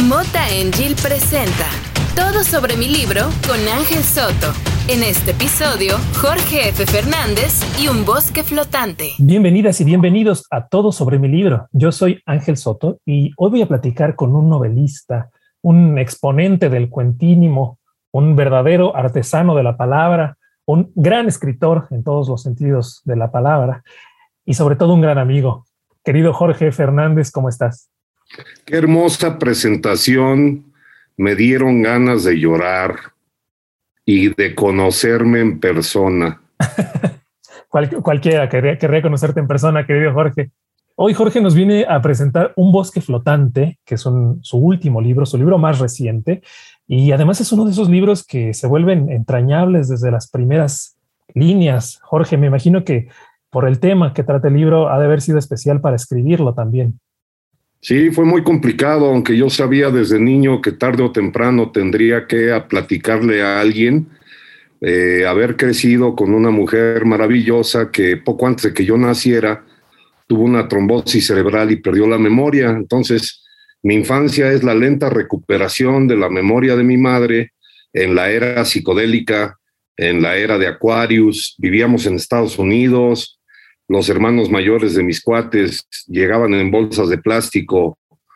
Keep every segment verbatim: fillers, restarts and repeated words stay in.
Mota Angel presenta Todo sobre mi libro con Ángel Soto. En este episodio, Jorge F. Fernández y un bosque flotante. Bienvenidas y bienvenidos a Todo sobre mi libro. Yo soy Ángel Soto y hoy voy a platicar con un novelista, un exponente del cuentísimo, un verdadero artesano de la palabra, un gran escritor en todos los sentidos de la palabra y sobre todo un gran amigo. Querido Jorge Fernández, ¿cómo estás? Qué hermosa presentación. Me dieron ganas de llorar y de conocerme en persona. Cual, cualquiera querría, querría conocerte en persona, querido Jorge. Hoy Jorge nos viene a presentar Un bosque flotante, que es un, su último libro, su libro más reciente, y además es uno de esos libros que se vuelven entrañables desde las primeras líneas. Jorge, me imagino que por el tema que trata el libro ha de haber sido especial para escribirlo también. Sí, fue muy complicado, aunque yo sabía desde niño que tarde o temprano tendría que a platicarle a alguien. Eh, haber crecido con una mujer maravillosa que poco antes de que yo naciera tuvo una trombosis cerebral y perdió la memoria. Entonces, mi infancia es la lenta recuperación de la memoria de mi madre en la era psicodélica, en la era de Aquarius. Vivíamos en Estados Unidos. Los hermanos mayores de mis cuates llegaban en bolsas de plástico,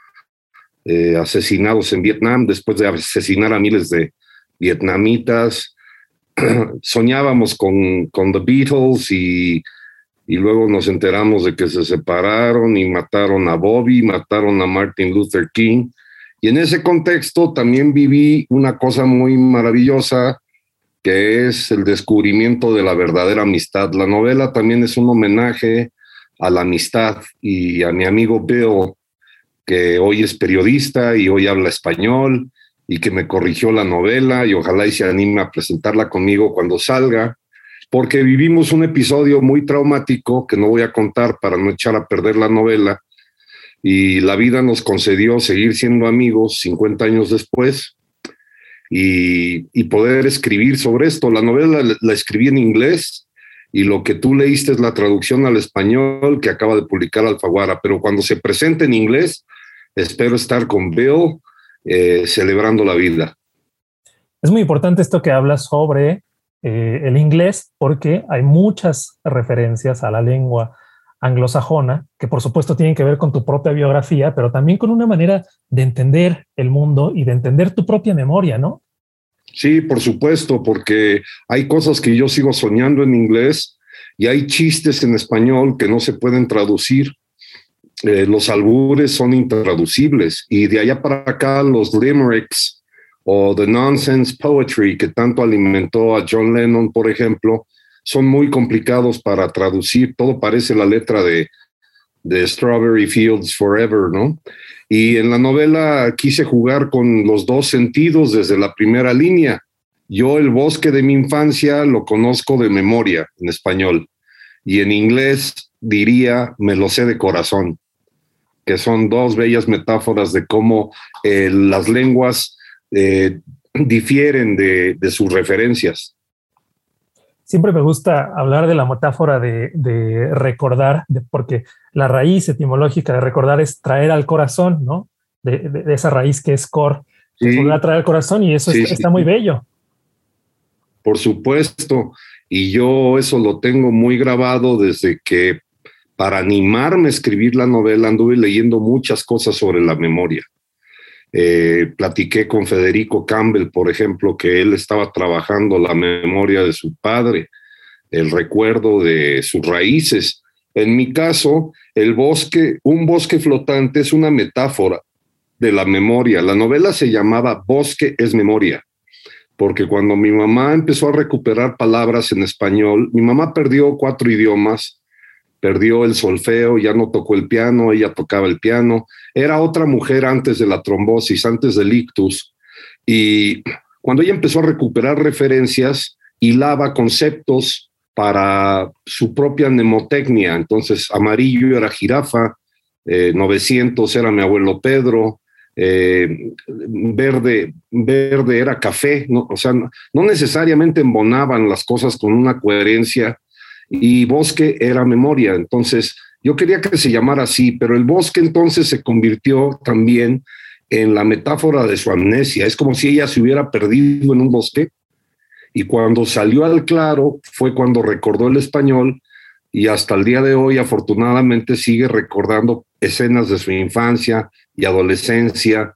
eh, asesinados en Vietnam, después de asesinar a miles de vietnamitas. Soñábamos con, con The Beatles y, y luego nos enteramos de que se separaron y mataron a Bobby, mataron a Martin Luther King. Y en ese contexto también viví una cosa muy maravillosa, que es el descubrimiento de la verdadera amistad. La novela también es un homenaje a la amistad y a mi amigo Bill, que hoy es periodista y hoy habla español y que me corrigió la novela y ojalá y se anime a presentarla conmigo cuando salga, porque vivimos un episodio muy traumático que no voy a contar para no echar a perder la novela, y la vida nos concedió seguir siendo amigos cincuenta años después. Y, y poder escribir sobre esto. La novela la, la escribí en inglés y lo que tú leíste es la traducción al español que acaba de publicar Alfaguara, pero cuando se presente en inglés espero estar con Bill eh, celebrando la vida. Es muy importante esto que hablas sobre eh, el inglés, porque hay muchas referencias a la lengua anglosajona que por supuesto tienen que ver con tu propia biografía, pero también con una manera de entender el mundo y de entender tu propia memoria, ¿no? Sí, por supuesto, porque hay cosas que yo sigo soñando en inglés y hay chistes en español que no se pueden traducir. Eh, los albures son intraducibles y de allá para acá los limericks o the nonsense poetry que tanto alimentó a John Lennon, por ejemplo, son muy complicados para traducir. Todo parece la letra de, de Strawberry Fields Forever, ¿no? Y en la novela quise jugar con los dos sentidos desde la primera línea. Yo el bosque de mi infancia lo conozco de memoria en español y en inglés diría me lo sé de corazón, que son dos bellas metáforas de cómo eh, las lenguas eh, difieren de, de sus referencias. Siempre me gusta hablar de la metáfora de, de recordar, de, porque la raíz etimológica de recordar es traer al corazón, ¿no? De, de, de esa raíz que es cor, sí. Es volver a traer al corazón y eso sí, está, sí. está muy bello. Por supuesto, y yo eso lo tengo muy grabado desde que para animarme a escribir la novela anduve leyendo muchas cosas sobre la memoria. Eh, platiqué con Federico Campbell, por ejemplo, que él estaba trabajando la memoria de su padre, el recuerdo de sus raíces. En mi caso, el bosque, un bosque flotante es una metáfora de la memoria. La novela se llamaba Bosque es memoria, porque cuando mi mamá empezó a recuperar palabras en español, mi mamá perdió cuatro idiomas, perdió el solfeo, ya no tocó el piano, ella tocaba el piano. Era otra mujer antes de la trombosis, antes del ictus. Y cuando ella empezó a recuperar referencias, hilaba conceptos para su propia mnemotecnia. Entonces, amarillo era jirafa, eh, novecientos era mi abuelo Pedro, eh, verde, verde era café, ¿no? O sea, no, no necesariamente embonaban las cosas con una coherencia, y bosque era memoria. Entonces yo quería que se llamara así, pero el bosque entonces se convirtió también en la metáfora de su amnesia. Es como si ella se hubiera perdido en un bosque y cuando salió al claro fue cuando recordó el español y hasta el día de hoy afortunadamente sigue recordando escenas de su infancia y adolescencia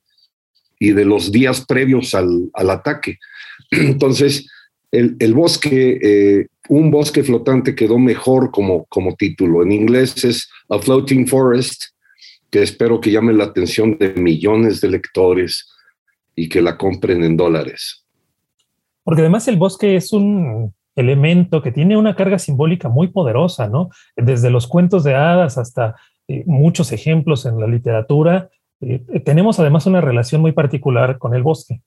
y de los días previos al, al ataque. Entonces, el, el bosque, eh, un bosque flotante quedó mejor como, como título. En inglés es A Floating Forest, que espero que llame la atención de millones de lectores y que la compren en dólares. Porque además el bosque es un elemento que tiene una carga simbólica muy poderosa, ¿no? Desde los cuentos de hadas hasta eh, muchos ejemplos en la literatura. Eh, tenemos además una relación muy particular con el bosque.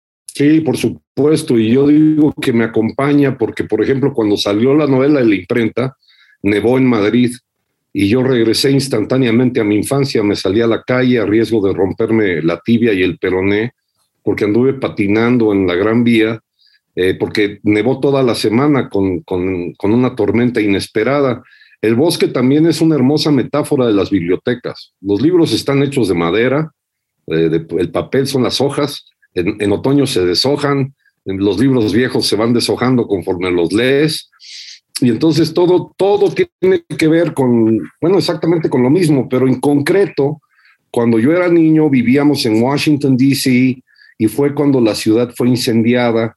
Sí, por supuesto, y yo digo que me acompaña porque, por ejemplo, cuando salió la novela de la imprenta, nevó en Madrid y yo regresé instantáneamente a mi infancia, me salí a la calle a riesgo de romperme la tibia y el peroné, porque anduve patinando en la Gran Vía, eh, porque nevó toda la semana con, con, con una tormenta inesperada. El bosque también es una hermosa metáfora de las bibliotecas. Los libros están hechos de madera, eh, de, el papel son las hojas, en, en otoño se deshojan, los libros viejos se van deshojando conforme los lees, y entonces todo, todo tiene que ver con, bueno, exactamente con lo mismo, pero en concreto, cuando yo era niño vivíamos en Washington, D C, y fue cuando la ciudad fue incendiada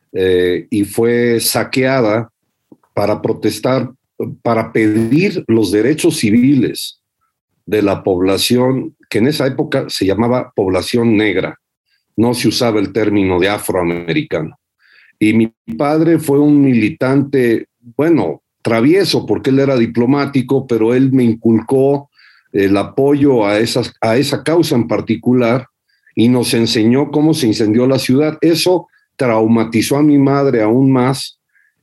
eh, y fue saqueada para protestar, para pedir los derechos civiles de la población, que en esa época se llamaba población negra, no se usaba el término de afroamericano. Y mi padre fue un militante, bueno, travieso, porque él era diplomático, pero él me inculcó el apoyo a, esas, a esa causa en particular y nos enseñó cómo se incendió la ciudad. Eso traumatizó a mi madre aún más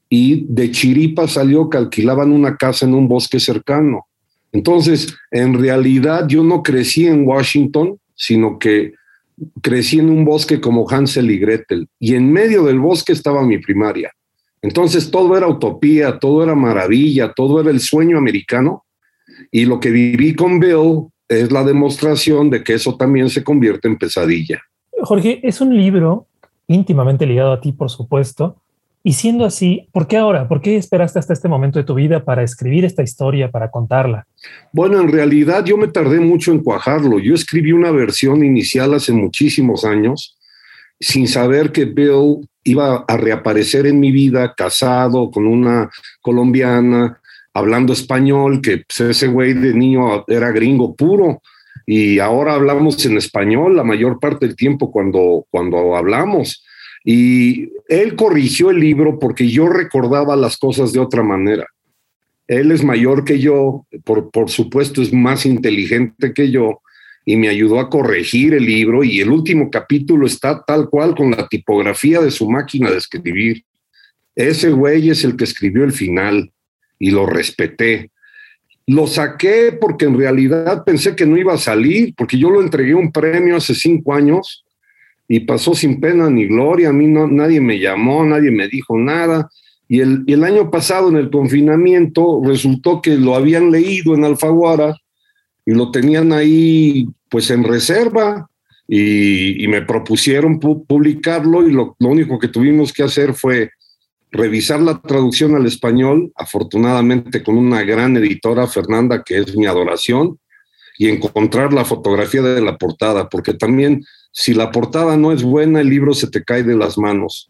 y de chiripa salió que alquilaban una casa en un bosque cercano. Entonces, en realidad yo no crecí en Washington, sino que crecí en un bosque como Hansel y Gretel, y en medio del bosque estaba mi primaria. Entonces todo era utopía, todo era maravilla, todo era el sueño americano, y lo que viví con Bill es la demostración de que eso también se convierte en pesadilla. Jorge, es un libro íntimamente ligado a ti, por supuesto, y siendo así, ¿por qué ahora? ¿Por qué esperaste hasta este momento de tu vida para escribir esta historia, para contarla? Bueno, en realidad yo me tardé mucho en cuajarlo. Yo escribí una versión inicial hace muchísimos años, sin saber que Bill iba a reaparecer en mi vida, casado con una colombiana, hablando español, que pues, ese güey de niño era gringo puro, y ahora hablamos en español la mayor parte del tiempo cuando, cuando hablamos. Y él corrigió el libro porque yo recordaba las cosas de otra manera. Él es mayor que yo, por, por supuesto es más inteligente que yo, y me ayudó a corregir el libro, y el último capítulo está tal cual con la tipografía de su máquina de escribir. Ese güey es el que escribió el final, y lo respeté. Lo saqué porque en realidad pensé que no iba a salir, porque yo lo entregué un premio hace cinco años, y pasó sin pena ni gloria. A mí no, nadie me llamó, nadie me dijo nada. Y el, y el año pasado, en el confinamiento, resultó que lo habían leído en Alfaguara y lo tenían ahí pues en reserva, y, y me propusieron pu- publicarlo, y lo, lo único que tuvimos que hacer fue revisar la traducción al español, afortunadamente con una gran editora, Fernanda, que es mi adoración, y encontrar la fotografía de la portada, porque también si la portada no es buena, el libro se te cae de las manos.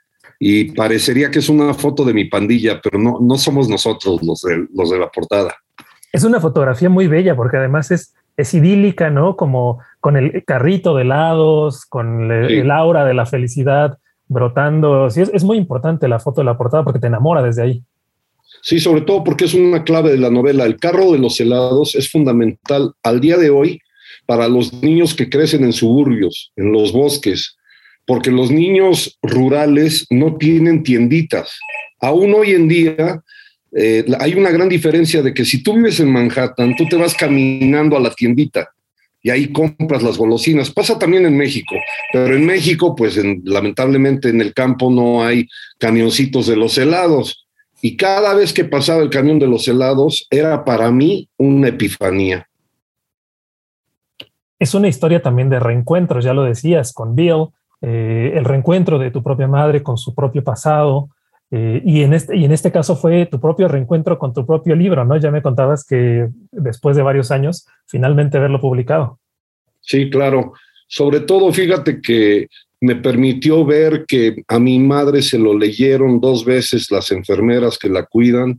Y parecería que es una foto de mi pandilla, pero no, no somos nosotros los de, los de la portada. Es una fotografía muy bella porque además es, es idílica, ¿no? Como con el carrito de helados, con el, sí. el aura de la felicidad brotando. Sí, es, es muy importante la foto de la portada porque te enamora desde ahí. Sí, sobre todo porque es una clave de la novela. El carro de los helados es fundamental al día de hoy para los niños que crecen en suburbios, en los bosques, porque los niños rurales no tienen tienditas. Aún hoy en día eh, hay una gran diferencia de que si tú vives en Manhattan, tú te vas caminando a la tiendita y ahí compras las golosinas. Pasa también en México, pero en México, pues en, lamentablemente en el campo no hay camioncitos de los helados. Y cada vez que pasaba el camión de los helados era para mí una epifanía. Es una historia también de reencuentros, ya lo decías, con Bill, eh, el reencuentro de tu propia madre con su propio pasado, eh, y, en este, y en este caso fue tu propio reencuentro con tu propio libro, ¿no? Ya me contabas que después de varios años, finalmente verlo publicado. Sí, claro. Sobre todo, fíjate que me permitió ver que a mi madre se lo leyeron dos veces las enfermeras que la cuidan.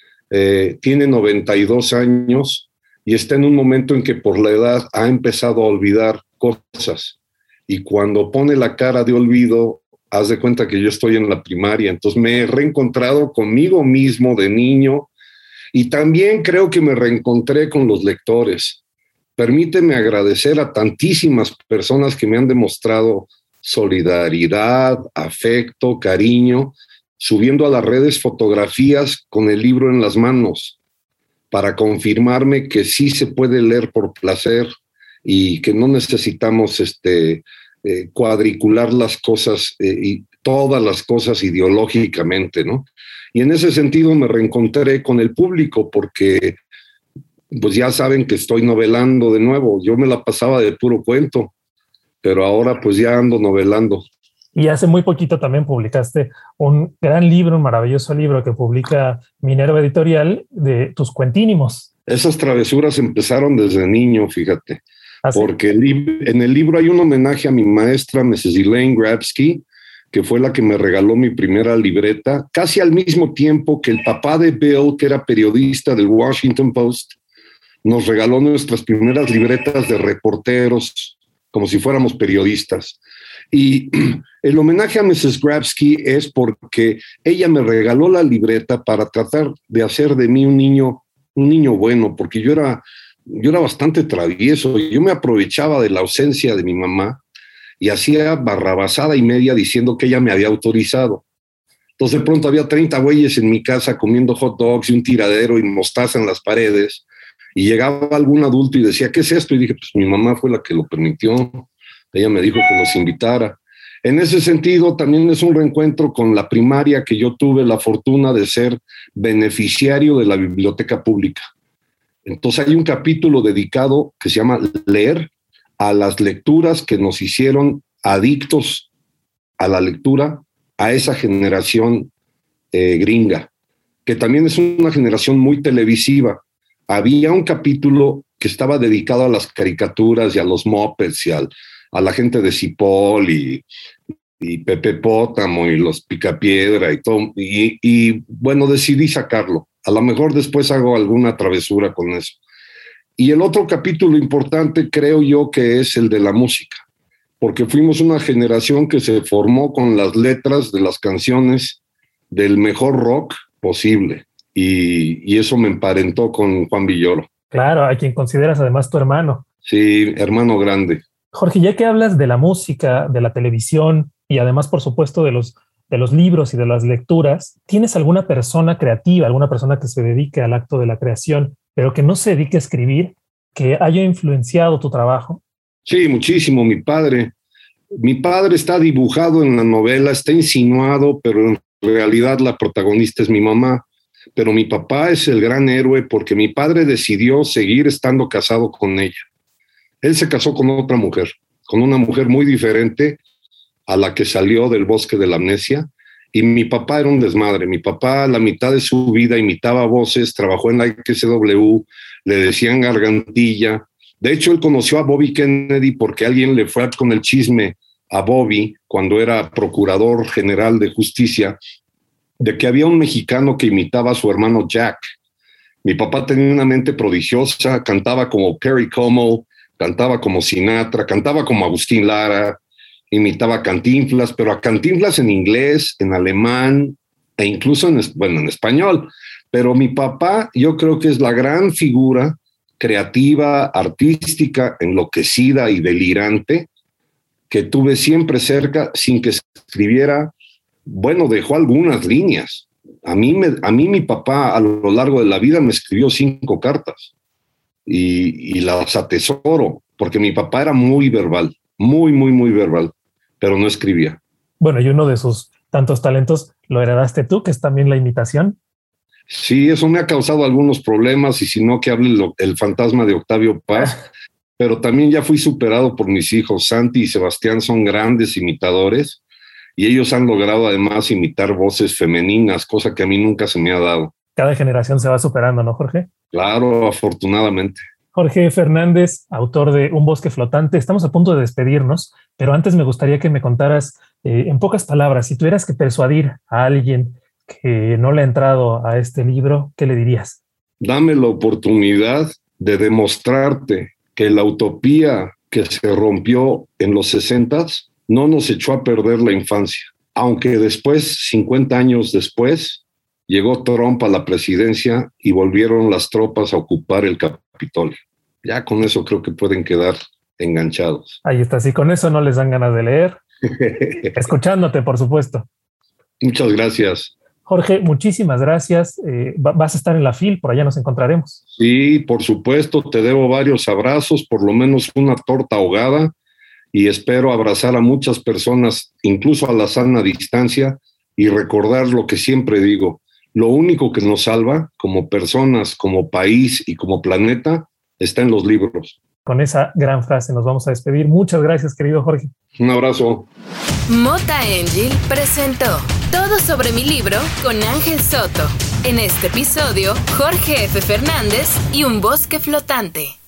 Eh, tiene noventa y dos años y está en un momento en que por la edad ha empezado a olvidar cosas. Y cuando pone la cara de olvido, haz de cuenta que yo estoy en la primaria. Entonces me he reencontrado conmigo mismo de niño y también creo que me reencontré con los lectores. Permíteme agradecer a tantísimas personas que me han demostrado solidaridad, afecto, cariño, subiendo a las redes fotografías con el libro en las manos para confirmarme que sí se puede leer por placer y que no necesitamos este, eh, cuadricular las cosas eh, y todas las cosas ideológicamente, ¿no? Y en ese sentido me reencontré con el público porque pues ya saben que estoy novelando de nuevo. Yo me la pasaba de puro cuento, pero ahora pues ya ando novelando. Y hace muy poquito también publicaste un gran libro, un maravilloso libro que publica Minerva Editorial de tus cuentínimos. Esas travesuras empezaron desde niño, fíjate. ¿Ah, sí? Porque en el libro hay un homenaje a mi maestra, missus Elaine Grabsky, que fue la que me regaló mi primera libreta, casi al mismo tiempo que el papá de Bill, que era periodista del Washington Post, nos regaló nuestras primeras libretas de reporteros, como si fuéramos periodistas. Y el homenaje a missus Grabsky es porque ella me regaló la libreta para tratar de hacer de mí un niño, un niño bueno, porque yo era, yo era bastante travieso. Yo me aprovechaba de la ausencia de mi mamá y hacía barrabasada y media diciendo que ella me había autorizado. Entonces de pronto había treinta güeyes en mi casa comiendo hot dogs y un tiradero y mostaza en las paredes. Y llegaba algún adulto y decía, ¿qué es esto? Y dije, pues mi mamá fue la que lo permitió. Ella me dijo que los invitara. En ese sentido, también es un reencuentro con la primaria que yo tuve la fortuna de ser beneficiario de la biblioteca pública. Entonces hay un capítulo dedicado que se llama Leer, a las lecturas que nos hicieron adictos a la lectura, a esa generación eh, gringa, que también es una generación muy televisiva. Había un capítulo que estaba dedicado a las caricaturas y a los Muppets y al, a la gente de Cipoll y, y Pepe Pótamo y los Picapiedra y todo. Y, y bueno, decidí sacarlo. A lo mejor después hago alguna travesura con eso. Y el otro capítulo importante creo yo que es el de la música, porque fuimos una generación que se formó con las letras de las canciones del mejor rock posible. Y, y eso me emparentó con Juan Villoro. Claro, a quien consideras además tu hermano. Sí, hermano grande. Jorge, ya que hablas de la música, de la televisión y además, por supuesto, de los, de los libros y de las lecturas, ¿tienes alguna persona creativa, alguna persona que se dedique al acto de la creación, pero que no se dedique a escribir, que haya influenciado tu trabajo? Sí, muchísimo. Mi padre. Mi padre está dibujado en la novela, está insinuado, pero en realidad la protagonista es mi mamá. Pero mi papá es el gran héroe porque mi padre decidió seguir estando casado con ella. Él se casó con otra mujer, con una mujer muy diferente a la que salió del bosque de la amnesia. Y mi papá era un desmadre. Mi papá, la mitad de su vida, imitaba voces, trabajó en la X W, le decían gargantilla. De hecho, él conoció a Bobby Kennedy porque alguien le fue con el chisme a Bobby cuando era procurador general de justicia, de que había un mexicano que imitaba a su hermano Jack. Mi papá tenía una mente prodigiosa, cantaba como Perry Como, cantaba como Sinatra, cantaba como Agustín Lara, imitaba a Cantinflas, pero a Cantinflas en inglés, en alemán e incluso en, bueno, en español. Pero mi papá yo creo que es la gran figura creativa, artística, enloquecida y delirante que tuve siempre cerca sin que escribiera. Bueno, dejó algunas líneas. A mí, me, a mí mi papá a lo largo de la vida me escribió cinco cartas y, y las atesoro, porque mi papá era muy verbal, muy, muy, muy verbal, pero no escribía. Bueno, y uno de sus tantos talentos lo heredaste tú, que es también la imitación. Sí, eso me ha causado algunos problemas y si no que hable lo, el fantasma de Octavio Paz, pero también ya fui superado por mis hijos. Santi y Sebastián son grandes imitadores y ellos han logrado además imitar voces femeninas, cosa que a mí nunca se me ha dado. Cada generación se va superando, ¿no, Jorge? Claro, afortunadamente. Jorge Fernández, autor de Un bosque flotante. Estamos a punto de despedirnos, pero antes me gustaría que me contaras eh, en pocas palabras, si tuvieras que persuadir a alguien que no le ha entrado a este libro, ¿qué le dirías? Dame la oportunidad de demostrarte que la utopía que se rompió en los sesentas no nos echó a perder la infancia. Aunque después, cincuenta años después, llegó Trump a la presidencia y volvieron las tropas a ocupar el Capitolio. Ya con eso creo que pueden quedar enganchados. Ahí está, si con eso no les dan ganas de leer. Escuchándote, por supuesto. Muchas gracias. Jorge, muchísimas gracias. Eh, vas a estar en la F I L, por allá nos encontraremos. Sí, por supuesto, te debo varios abrazos, por lo menos una torta ahogada, y espero abrazar a muchas personas, incluso a la sana distancia, y recordar lo que siempre digo: lo único que nos salva como personas, como país y como planeta está en los libros. Con esa gran frase nos vamos a despedir. Muchas gracias, querido Jorge. Un abrazo. Mota Angel presentó Todo sobre mi libro con Ángel Soto. En este episodio, Jorge F. Fernández y Un bosque flotante.